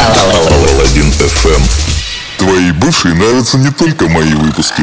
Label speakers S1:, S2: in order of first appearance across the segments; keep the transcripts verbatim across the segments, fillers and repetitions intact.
S1: Паладин эф эм. Твоей бывшей нравятся не только мои выпуски.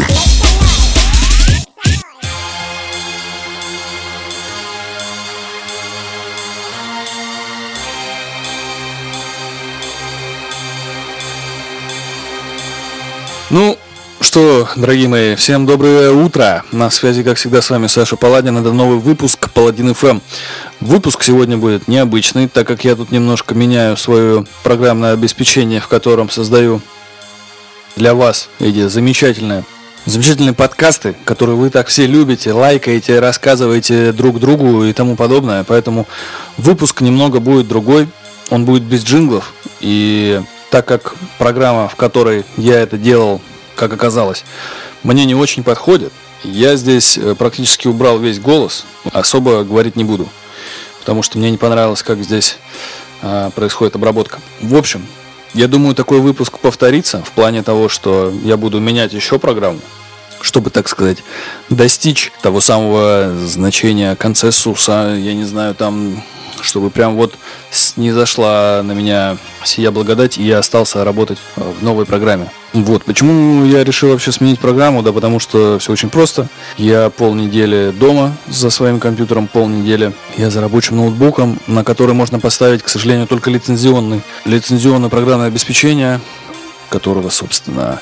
S2: Ну, что, дорогие мои, всем доброе утро. На связи, как всегда, с вами Саша Паладин. Это новый выпуск Паладин эф эм. Выпуск сегодня будет необычный, так как я тут немножко меняю свое программное обеспечение, в котором создаю для вас эти замечательные, замечательные подкасты, которые вы так все любите, лайкаете, рассказываете друг другу и тому подобное. Поэтому выпуск немного будет другой, он будет без джинглов. И так как программа, в которой я это делал, как оказалось, мне не очень подходит, я здесь практически убрал весь голос, особо говорить не буду, потому что мне не понравилось, как здесь а, происходит обработка. В общем, я думаю, такой выпуск повторится в плане того, что я буду менять еще программу, чтобы, так сказать, достичь того самого значения консенсуса, я не знаю, там, чтобы прям вот снизошла на меня сия благодать, и я остался работать в новой программе. Вот, почему я решил вообще сменить программу? Да потому что все очень просто. Я полнедели дома за своим компьютером, полнедели я за рабочим ноутбуком, на который можно поставить, к сожалению, только лицензионный, лицензионное программное обеспечение, которого, собственно,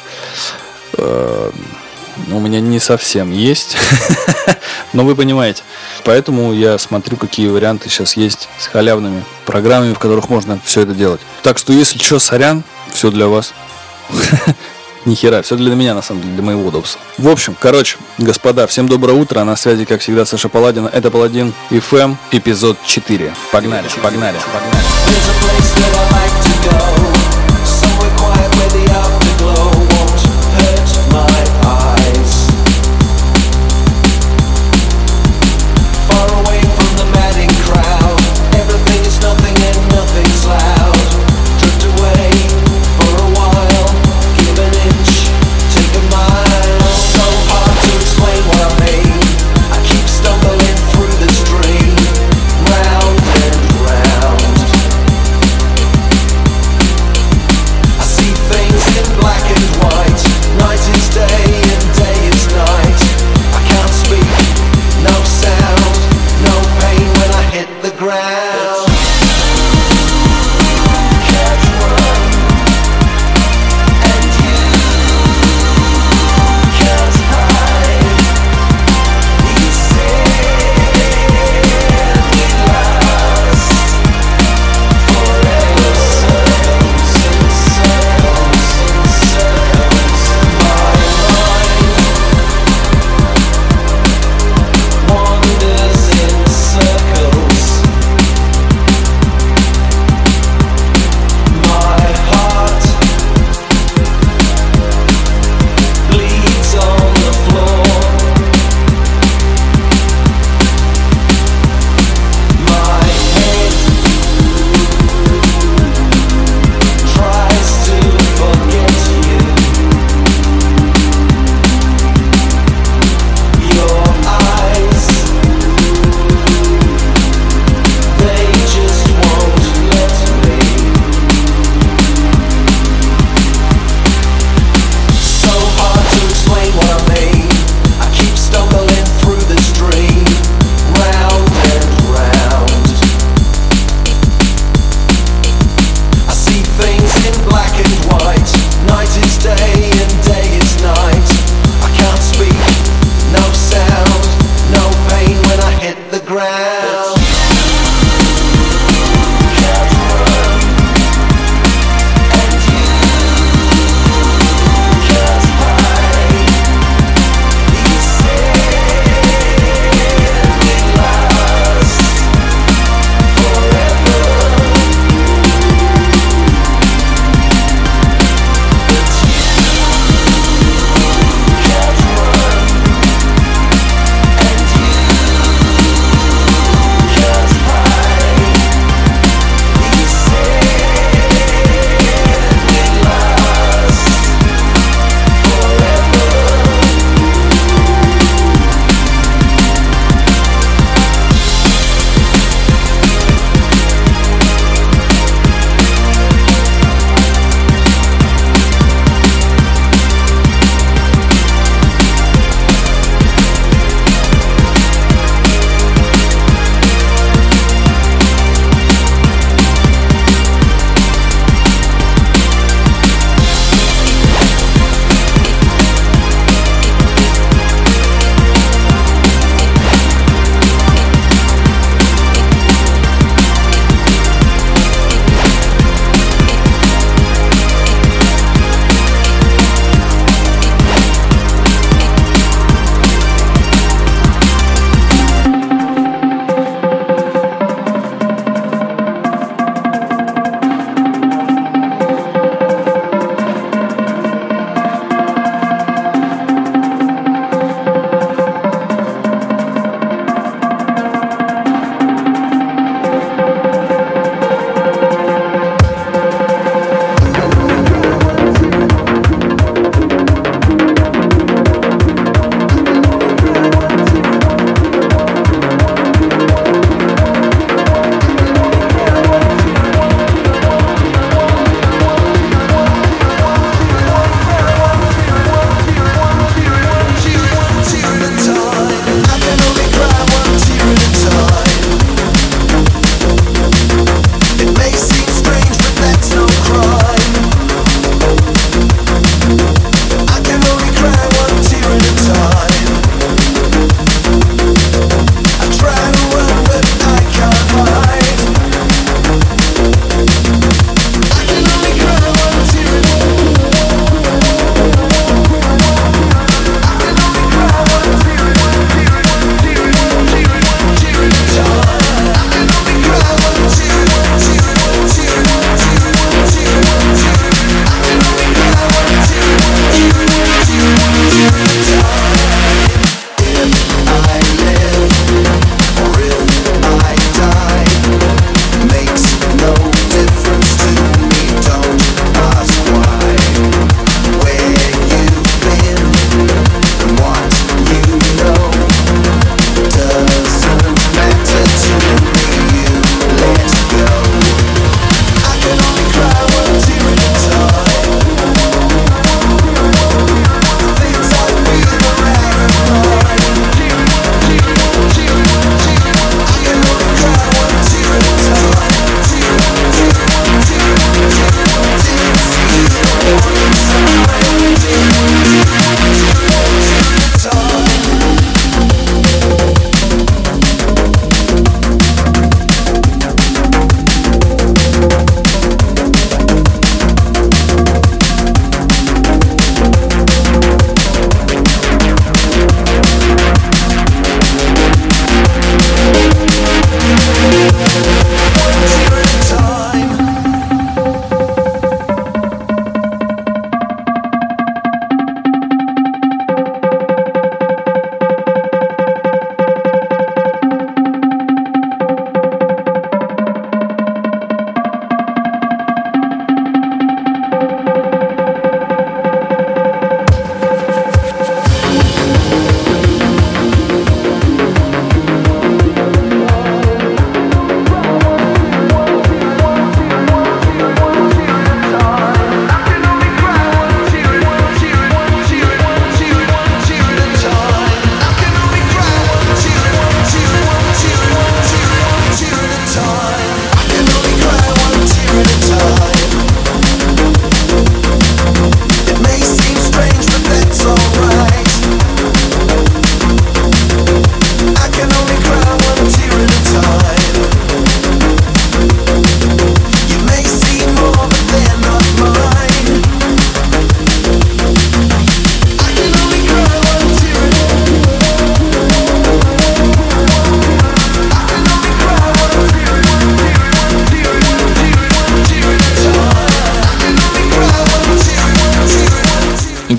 S2: э, у меня не совсем есть, но вы понимаете. Поэтому я смотрю, какие варианты сейчас есть с халявными программами, в которых можно все это делать. Так что, если что, сорян, все для вас. Нихера, все для меня, на самом деле, для моего удобства. В общем, короче, господа, всем доброе утро. На связи, как всегда, Саша Паладин. Это Паладин эф эм, эпизод четыре. Погнали, погнали, погнали.
S3: Round and round.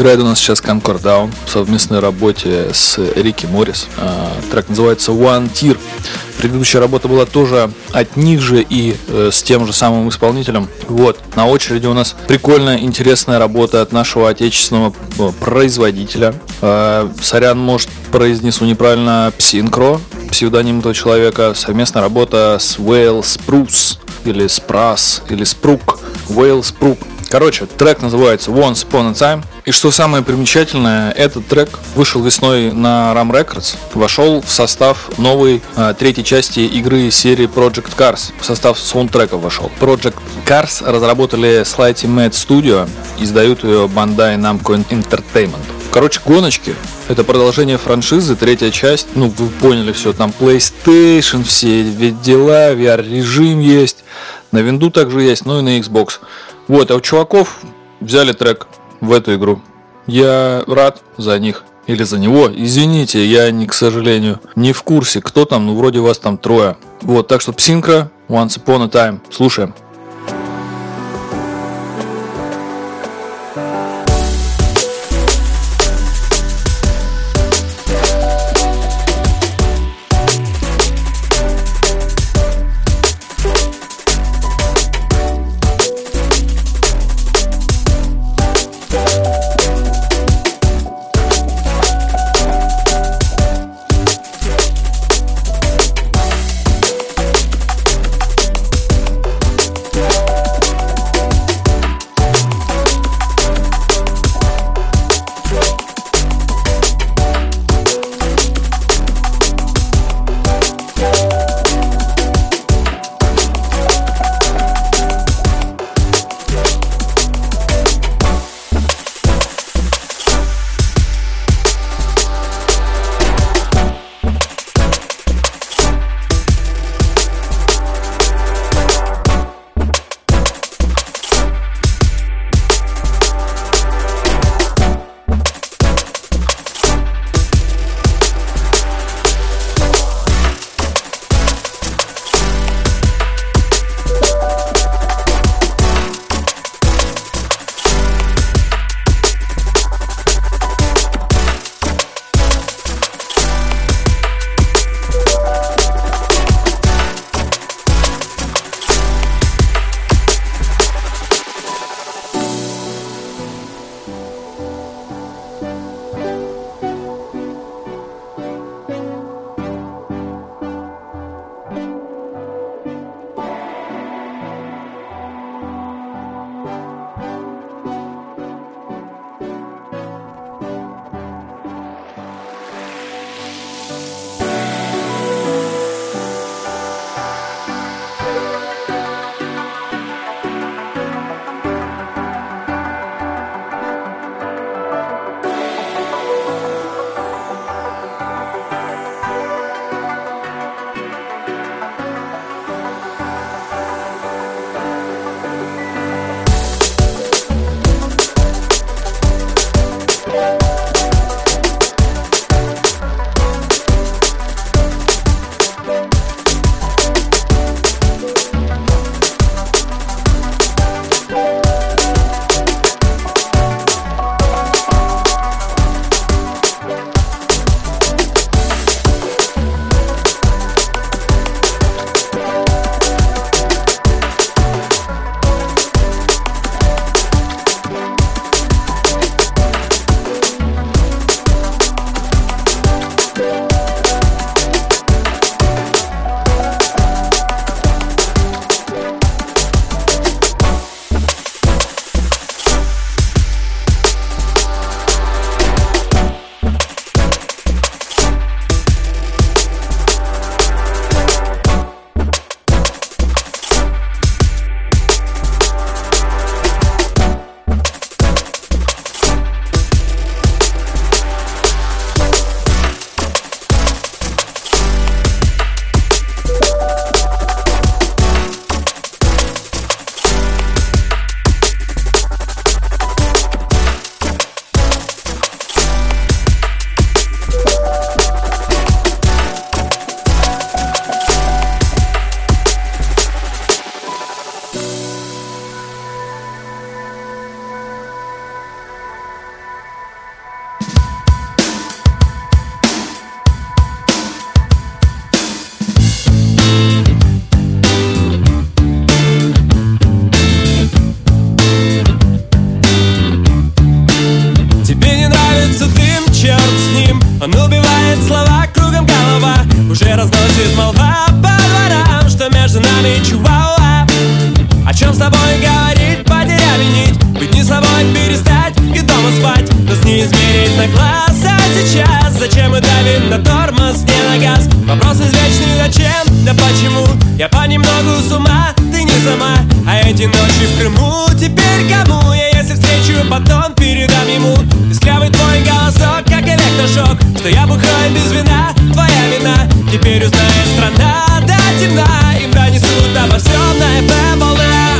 S2: Играет у нас сейчас Concord Down в совместной работе с Рики Моррис. Трек называется One Tear. Предыдущая работа была тоже от них же и э, с тем же самым исполнителем. Вот, на очереди у нас прикольная, интересная работа от нашего отечественного производителя. Э, сорян, может, произнесу неправильно, Psyncro, псевдоним этого человека. Совместная работа с Whale Spruce, или Spruce, или Spruck, Whale Spruck. Короче, трек называется Once Upon a Time. И что самое примечательное, этот трек вышел весной на Ram Records, вошел в состав новой а, третьей части игры серии Project Cars, в состав саундтрека вошел. Project Cars разработали Slightly Mad Studio, издают ее Bandai Namco Entertainment. Короче, гоночки — это продолжение франшизы, третья часть, ну вы поняли все, там PlayStation, все ведь дела, ви ар-режим есть, на винду также есть, ну и на Xbox. Вот, а у чуваков взяли трек в эту игру. Я рад за них. Или за него. Извините, я, не, к сожалению, не в курсе, кто там, ну вроде вас там трое. Вот, так что Psyncro, Once Upon a Time. Слушаем.
S3: тобой говорить, потеряли нить. Быть не собой, перестать и дома спать, нас не измерить на глаз. А сейчас зачем мы давим на тормоз, не на газ? Вопрос извечный, зачем, да почему? Я понемногу с ума, ты не сама. А эти ночи в Крыму теперь кому? Я если встречу, потом передам ему. Песклявый твой голосок, как электрошок, что я бухаю без вина, твоя вина. Теперь узнает страна до темна, им донесут обо всем на эф эм волна.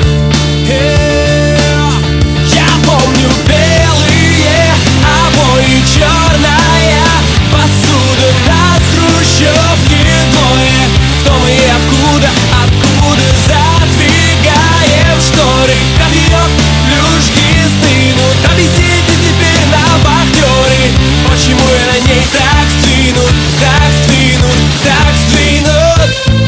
S3: Я помню белые обои, черная посуда, нас хрущевки двое. Кто мы и откуда, откуда задвигаем шторы? Кофеек, плюшки стынут, объясните теперь нам, вахтеры, почему я на ней так сдвинут, так сдвинут, так сдвинут.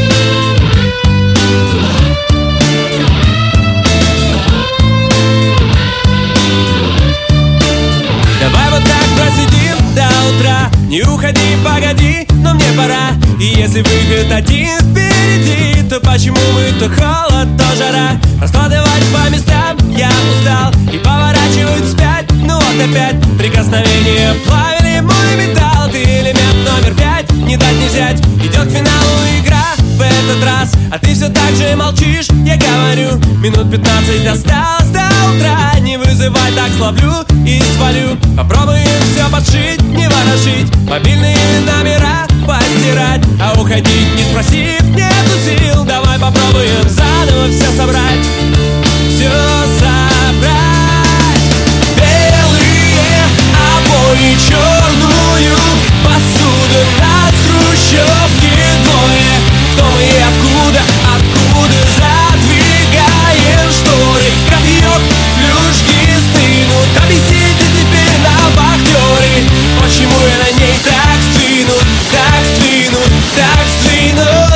S3: Давай вот так просидим до утра, не уходи, погоди, но мне пора. И если выход один впереди, то почему мы то холод, то жара? Раскладывать по местам я устал и поворачивают вспять, ну вот опять прикосновение плавили мой металл. Ты элемент номер пять, не дать не взять, идет к финалу игра в этот раз. А ты все так же молчишь, я говорю, минут пятнадцать осталось до утра. Не вызывай, так словлю и свалю. Попробуем все подшить, не ворошить, мобильные номера постирать, а уходить не спросив нету сил. Давай попробуем заново все собрать, все собрать. Белые обои, черную посуду, нас хрущевки двое. Кто мы и откуда, откуда задвигаем шторы? Кофеек, плюшки стынут, объясните теперь нам, вахтеры, почему я на ней так сдвинут, так сдвинут, так сдвинут.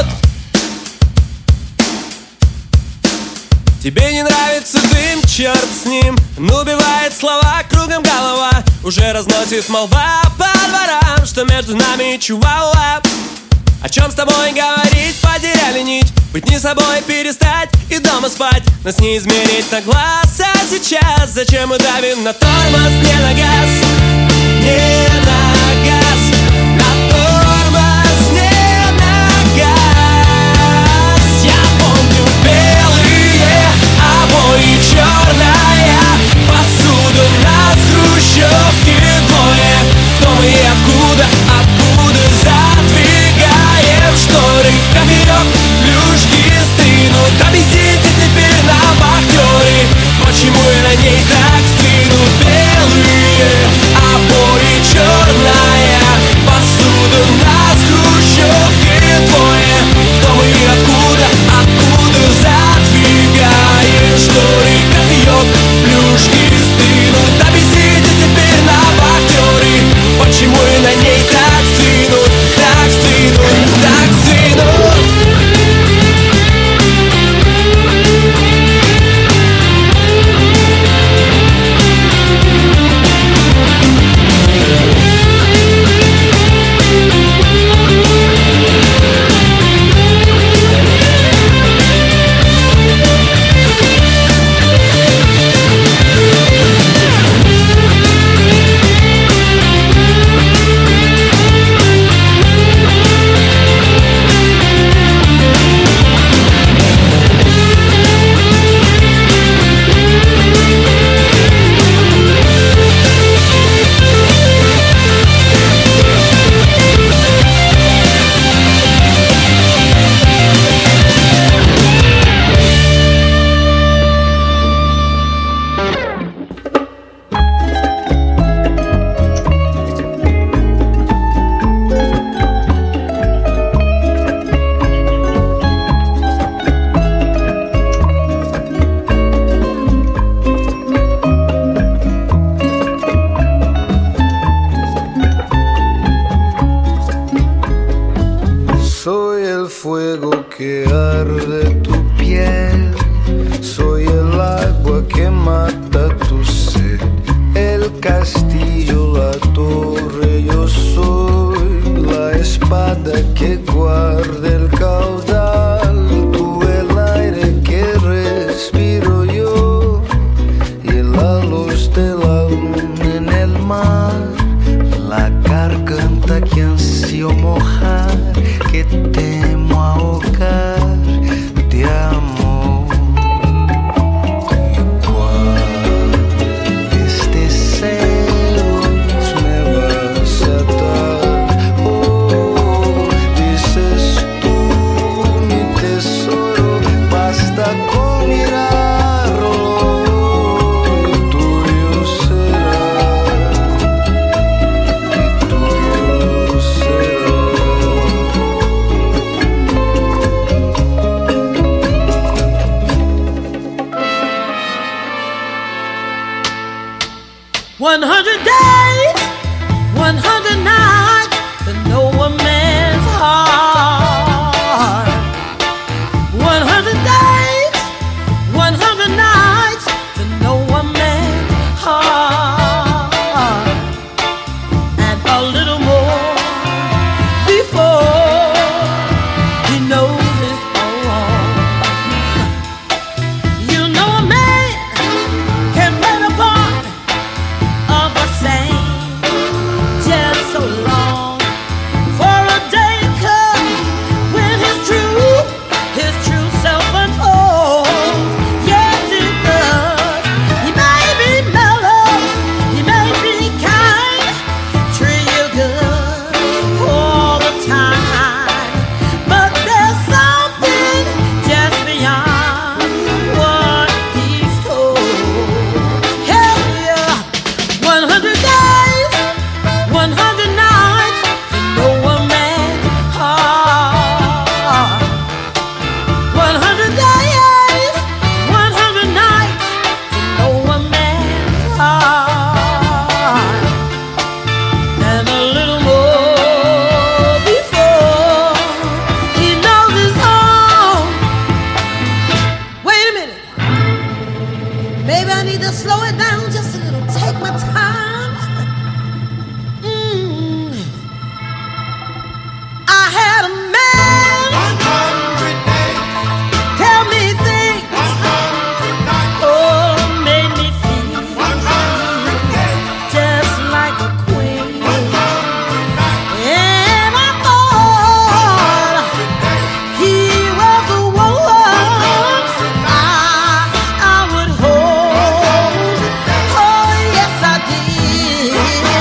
S3: Тебе не нравится дым, черт с ним, но убивает слова, кругом голова. Уже разносит молва по дворам, что между нами чувала. О чем с тобой говорить, потеряли нить. Быть не собой, перестать и дома спать, нас не измерить на глаз. А сейчас зачем мы давим на тормоз, не на газ, не на газ, на тормоз, не на газ. Я помню белые обои, черная посуда, нас хрущевки двое. Кто мы и откуда, откуда задвигаем шторы? Кофеек, плюшки стынут, объясните теперь нам, вахтеры, почему я на ней так сдвинут. Белые обои, черные
S4: one hundred days, one hundred nights to know a man's heart. one hundred days, one hundred nights to know a man's heart. And a little more before he knows his own. You know a man can play the part of a saint just so long, for a day comes when his true, his true self unfolds. Yes, it does. He may be mellow, he may be kind, treat you good all the time, but there's something just beyond what he's told. Hell yeah, one hundred days, one hundred nights to know a man's heart. one hundred days, one hundred nights to know a man's heart. And a little more before he knows his own. Wait a minute. Maybe I need to slow it down just a little. Take my time. Mm. I had a man tell me things, oh, made me feel just like a queen. And I thought he was the one I, I would hold. Oh, yes, I did.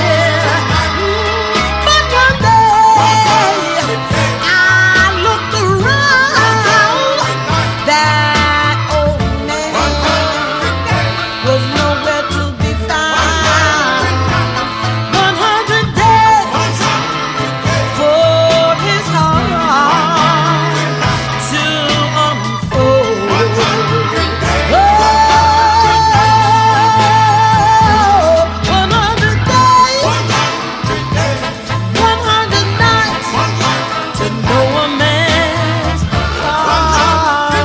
S4: Mm, but one day I looked around. That old man was nowhere to be found. one hundred days for his heart to unfold. Oh, one hundred days, one hundred nights to know a man's heart.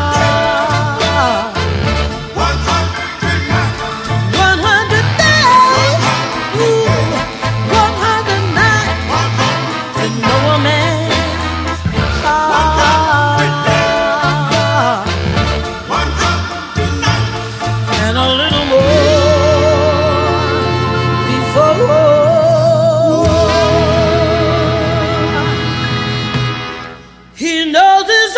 S4: one hundred days, ooh, one hundred nights to know a man's heart. And a little more before he knows his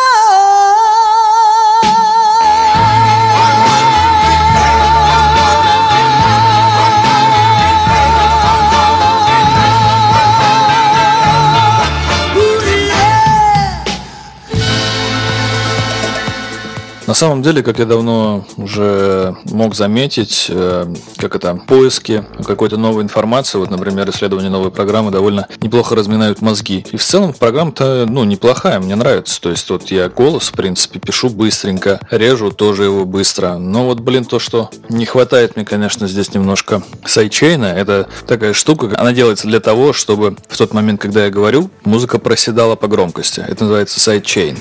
S4: own. Ooh, yeah.
S2: На самом деле, как я давно уже мог заметить, э, как это, поиски какой-то новой информации, вот, например, исследование новой программы довольно неплохо разминают мозги. И в целом программа-то, ну, неплохая, мне нравится. То есть вот я голос, в принципе, пишу быстренько, режу тоже его быстро. Но вот, блин, то, что не хватает мне, конечно, здесь немножко сайдчейна, это такая штука, она делается для того, чтобы в тот момент, когда я говорю, музыка проседала по громкости. Это называется сайдчейн.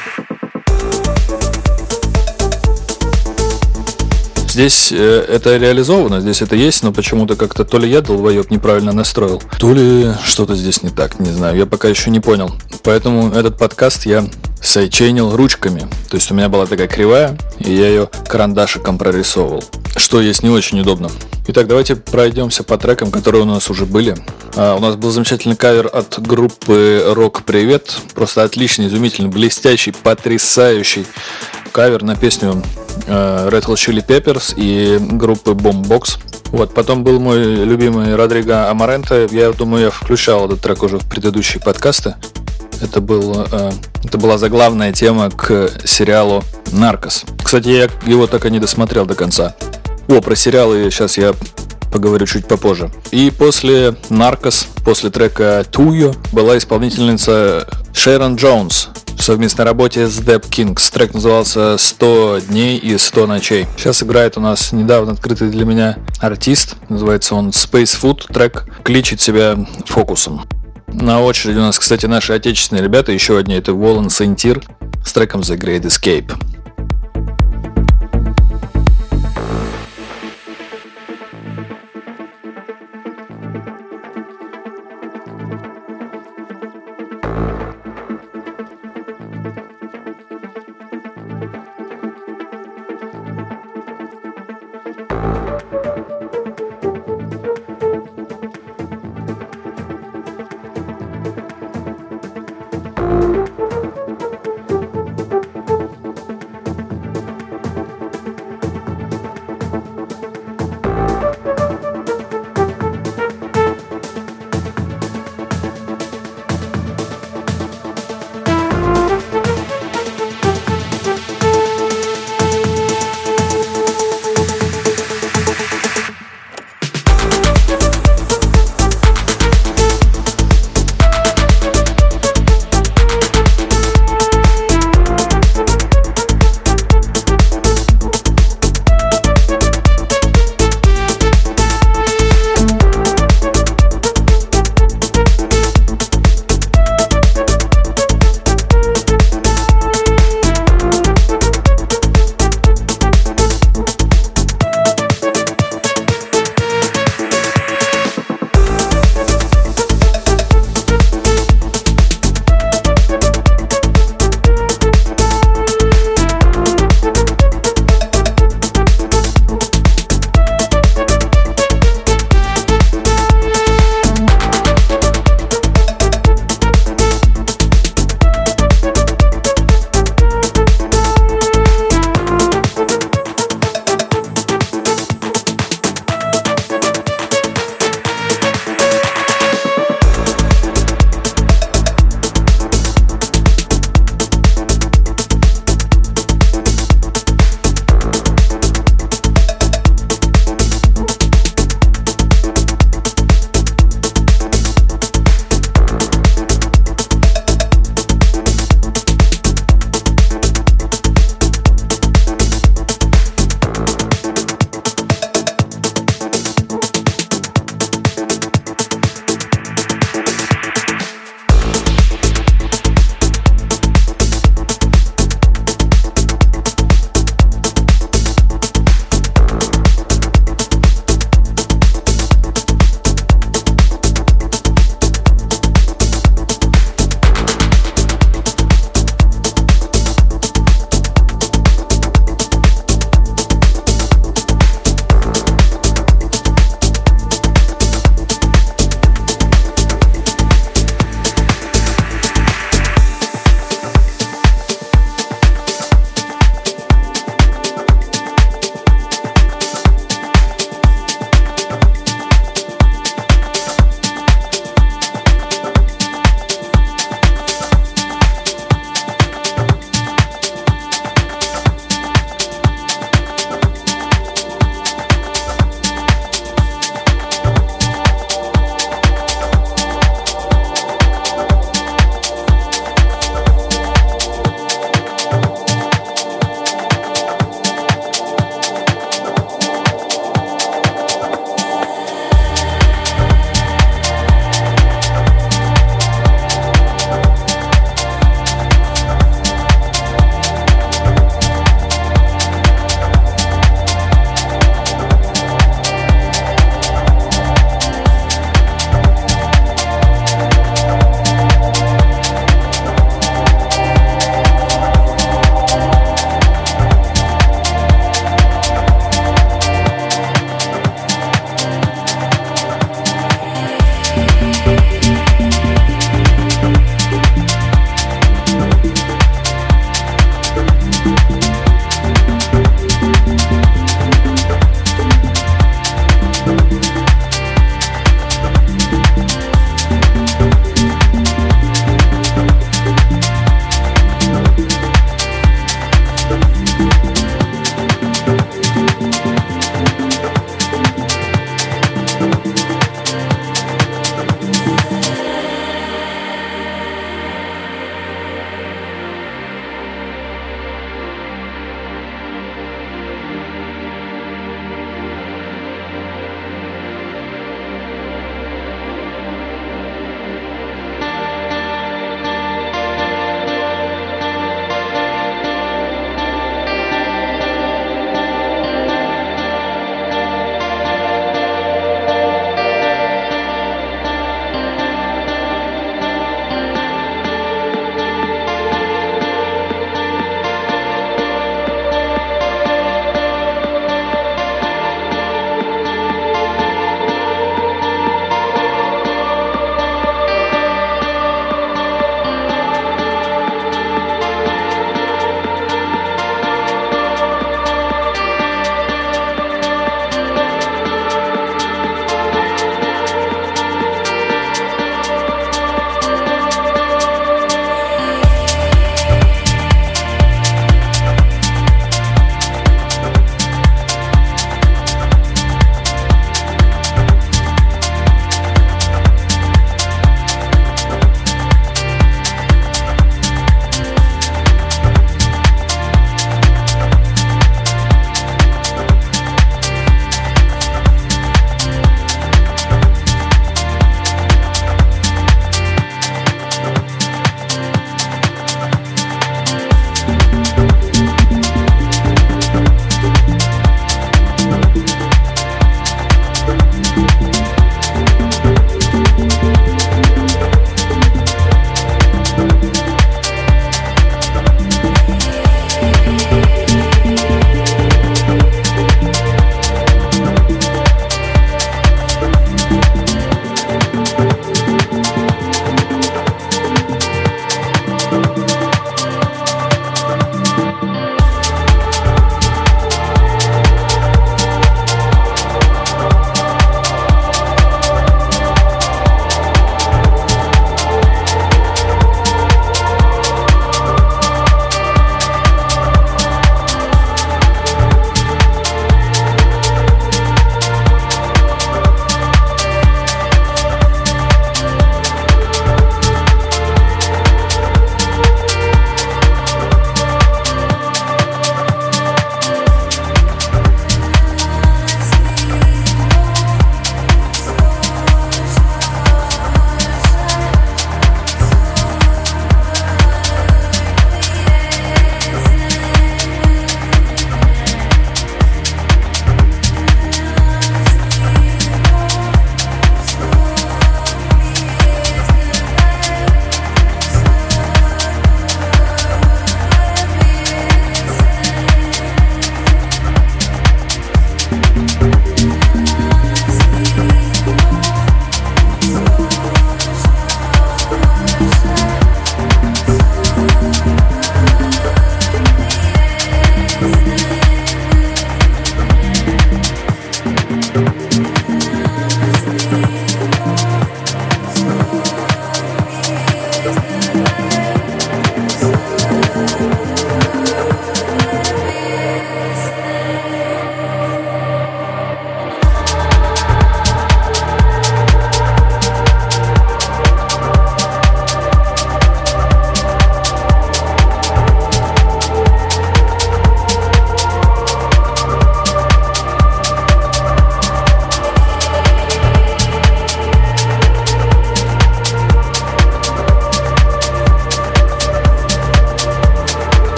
S2: Здесь э, это реализовано, здесь это есть, но почему-то как-то то ли я, долбоеб, неправильно настроил, то ли что-то здесь не так, не знаю, я пока еще не понял. Поэтому этот подкаст я сайдчейнил ручками, то есть у меня была такая кривая, и я ее карандашиком прорисовывал, что есть не очень удобно. Итак, давайте пройдемся по трекам, которые у нас уже были. А, у нас был замечательный кавер от группы Рок Привет, просто отличный, изумительный, блестящий, потрясающий кавер на песню Red Hot Chili Peppers и группы Boombox. Вот, потом был мой любимый Родриго Амаренте. Я думаю, я включал этот трек уже в предыдущие подкасты. Это, был, э, это была заглавная тема к сериалу «Наркос». Кстати, я его так и не досмотрел до конца. О, про сериалы сейчас я поговорю чуть попозже. И после «Наркос», после трека «Tuyo» была исполнительница Шэрон Джонс. в совместной работе с Deb Kings. Трек назывался «сто дней и сто ночей». Сейчас играет у нас недавно открытый для меня артист. Называется он Space Food. Трек кличет себя фокусом. На очереди у нас, кстати, наши отечественные ребята. Еще одни — это Волан Сентир с треком The Great Escape.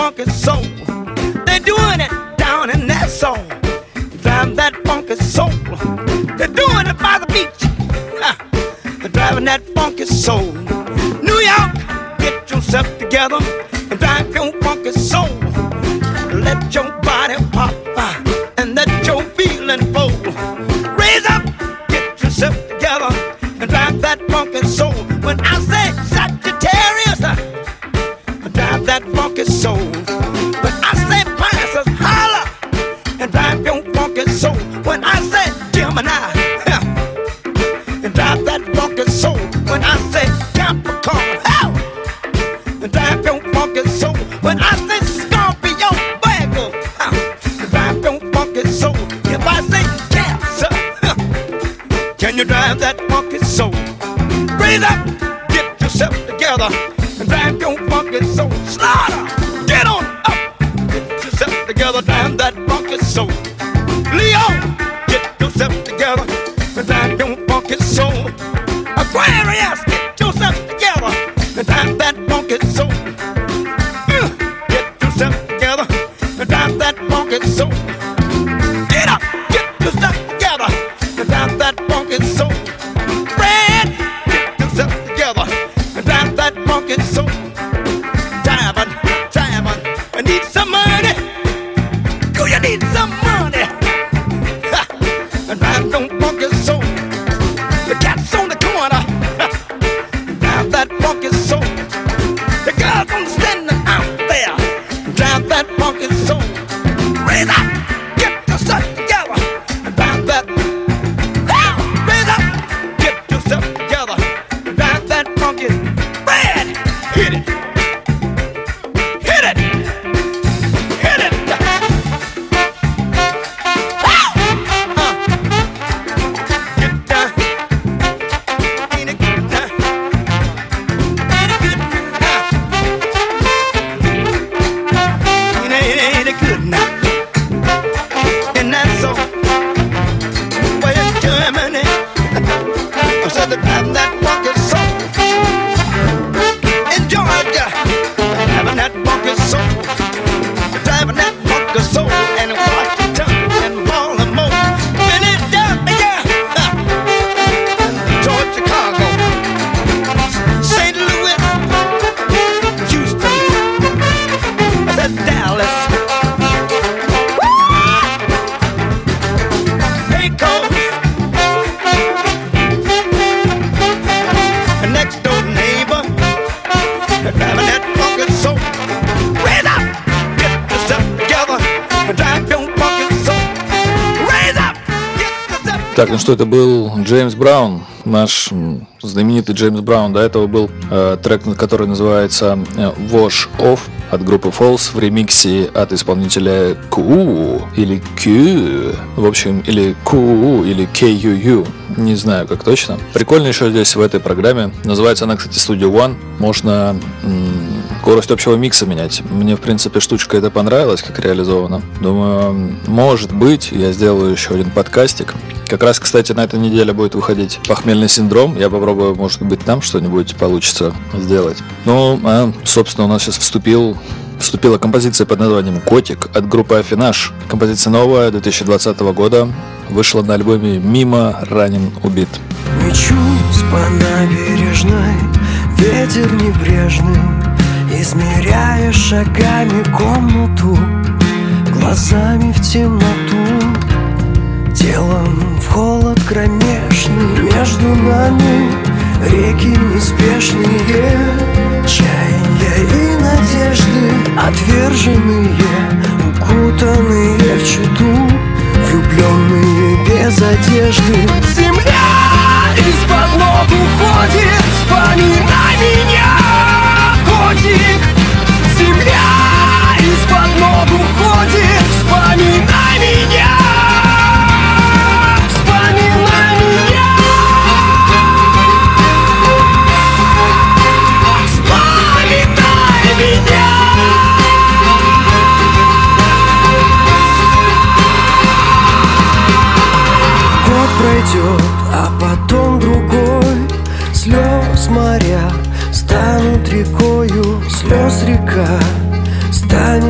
S5: funky soul. They're doing it down in that soul. Driving that funky soul. They're doing it by the beach. They're driving that funky soul. New York, get yourself together and drive your funky soul. Let your body pop and let your feeling flow. Raise up, get yourself together and drive that funky soul. When I say Sagittarius, drive that funky soul. When I say Pisces, holler and drive your funky soul. When I say Gemini, and drive that funky soul. When I say Capricorn, how and drive your funky soul. When I say Scorpio, Virgo, how and drive your funky soul. If I say Cancer, can you drive that funky soul? Raise up, get yourself together and drive your funky soul. Slaughter, get on up, get yourself together, drive that funky soul. Leo, get yourself together and drive your funky soul. Aquarius, get yourself together and drive that funky soul. Uh, get yourself together and drive that funky soul. Get up, get yourself together and drive that funky soul. Fred, get yourself together and drive that funky soul. Diamond, diamond, I need some money. Do you need some money? Ha, and drive your funky soul. The cat's on the corner. Ha, drive that funky soul. The girls on standing out there. Drive that funky soul. Raise up, get yourself together and drive that. Ah, raise up, get yourself together and drive that funky. Red, hit it, hit it, hit it. Ah, uh, get down, ain't it good now? Ain't it good now? Ain't it, ain't it good now? And that's so. Way in Germany, I said they're driving that funky soul. In Georgia, they're driving that funky soul. They're driving that funky soul. And in Washington and Baltimore, Philadelphia, and Detroit, Chicago, Saint Louis, Houston, I said Dallas, Pecos, and next door neighbor, they're driving that funky soul. Raise up, get yourself together and drive your funky soul. Raise up, get yourself.
S2: Так, ну что, это был Джеймс Браун, наш м, знаменитый Джеймс Браун. До этого был э, трек, который называется э, Wash Off от группы Falls в ремиксе от исполнителя Q или Q, в общем, или Q или K U U, не знаю как точно. Прикольно еще здесь в этой программе, называется она, кстати, Studio One, можно м, скорость общего микса менять. Мне, в принципе, штучка эта понравилась, как реализована. Думаю, может быть, я сделаю еще один подкастик. Как раз, кстати, на этой неделе будет выходить «Похмельный синдром». Я попробую, может быть, там что-нибудь получится сделать. Ну, а, собственно, у нас сейчас вступил, вступила композиция под названием «Котик» от группы «Афинаж». Композиция новая, две тысячи двадцатого года. Вышла на альбоме «Мимо, ранен, убит».
S6: Мечусь по набережной, ветер небрежный, измеряя шагами комнату, глазами в темноту, телом в холод кромешный. Между нами реки неспешные, чаяния и надежды, отверженные, укутанные в чаду, влюбленные без одежды. Земля из-под ног уходит, вспоминай меня, котик. Земля из-под ног уходит, вспоминай меня, вспоминай меня, вспоминай меня. Год пройдет, а потом другой, слез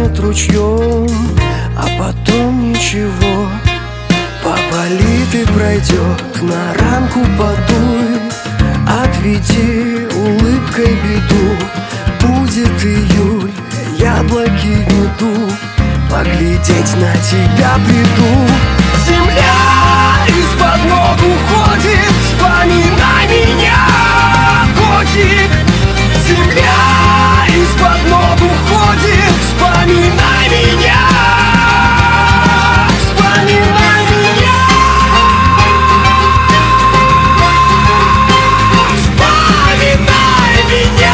S6: станет ручьем, а потом ничего. Поболит и пройдет, на ранку подуй. Отведи улыбкой беду. Будет июль, яблоки в меду. Поглядеть на тебя приду. Земля из-под ног уходит. Вспоминай меня, котик. Земля из-под ног уходит. Вспоминай меня. Вспоминай меня. Вспоминай меня.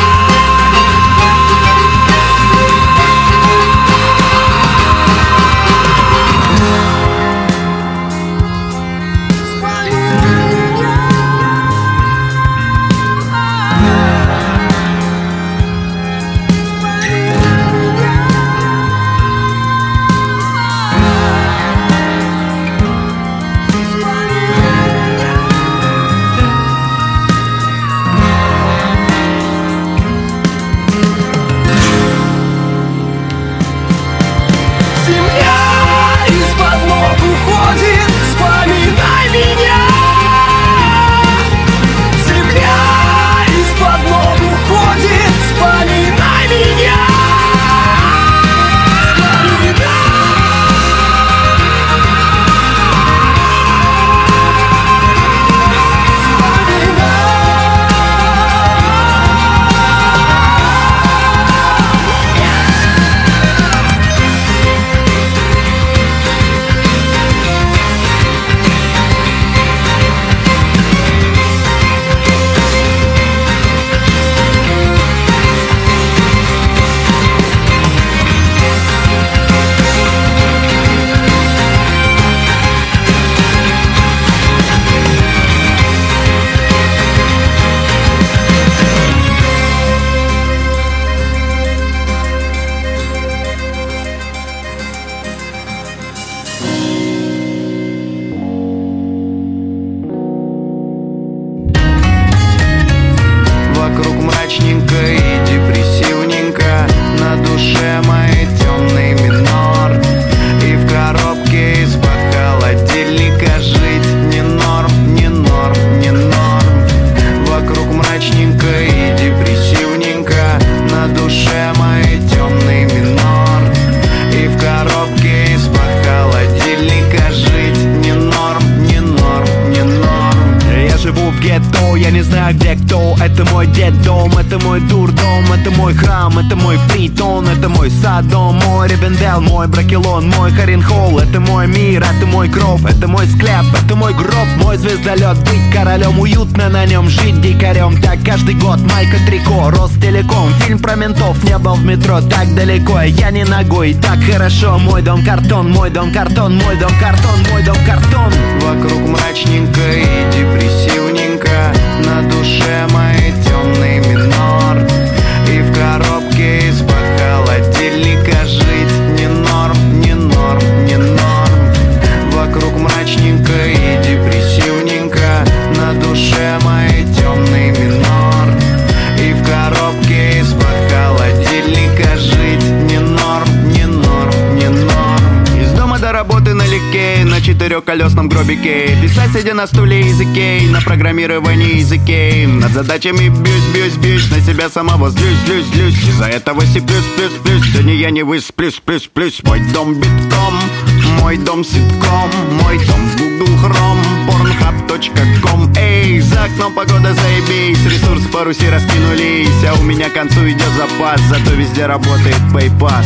S7: Я не знаю, где кто. Это мой детдом, это мой дурдом. Это мой храм, это мой притон. Это мой Содом, мой Ривенделл, мой Бракелон, мой Харенхолл. Это мой мир, это мой кров. Это мой склеп, это мой гроб. Мой звездолет, быть королем. Уютно на нем, жить дикарем. Так каждый год, майка трико, Ростелеком. Фильм про ментов, не был в метро так далеко. Я не ногой, так хорошо. Мой дом картон, мой дом картон. Мой дом картон, мой дом картон. Вокруг мрачненько и депрессивненько. На душе моей темный минор. И в коробке из-под холодильника жить не норм, не норм, не норм. Вокруг мрачненько и депрессивненько. На душе моей темный минор. И в коробке из-под холодильника жить не норм, не норм, не норм. Из дома до работы налегке, на четырехколесном гробике. Писать, сидя на стуле языке, на программировании языке. Над задачами бьюсь, бьюсь, бьюсь, на себя самого злюсь, злюсь, злюсь. Из-за этого си плюс, плюс, плюс. Сегодня я не высплюсь, плюс, плюс. Мой дом битком, мой дом ситком. Мой дом Google Chrome, pornhub точка ком. Эй, за окном погода заебись. Ресурс по Руси раскинулись, а у меня к концу идет запас. Зато везде работает PayPass.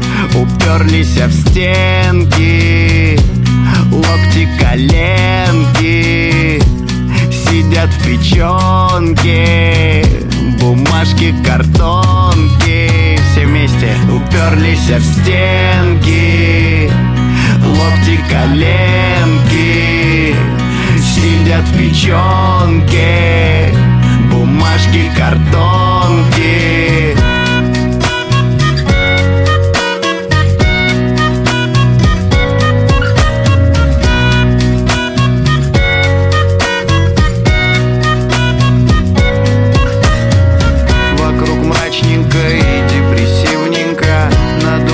S7: Уперлись в стенки, локти, коленки. Сидят в печенке, бумажки, картонки. Все вместе уперлись в стенки, локти, коленки. Сидят в печенке, бумажки, картонки. И депрессивненько. На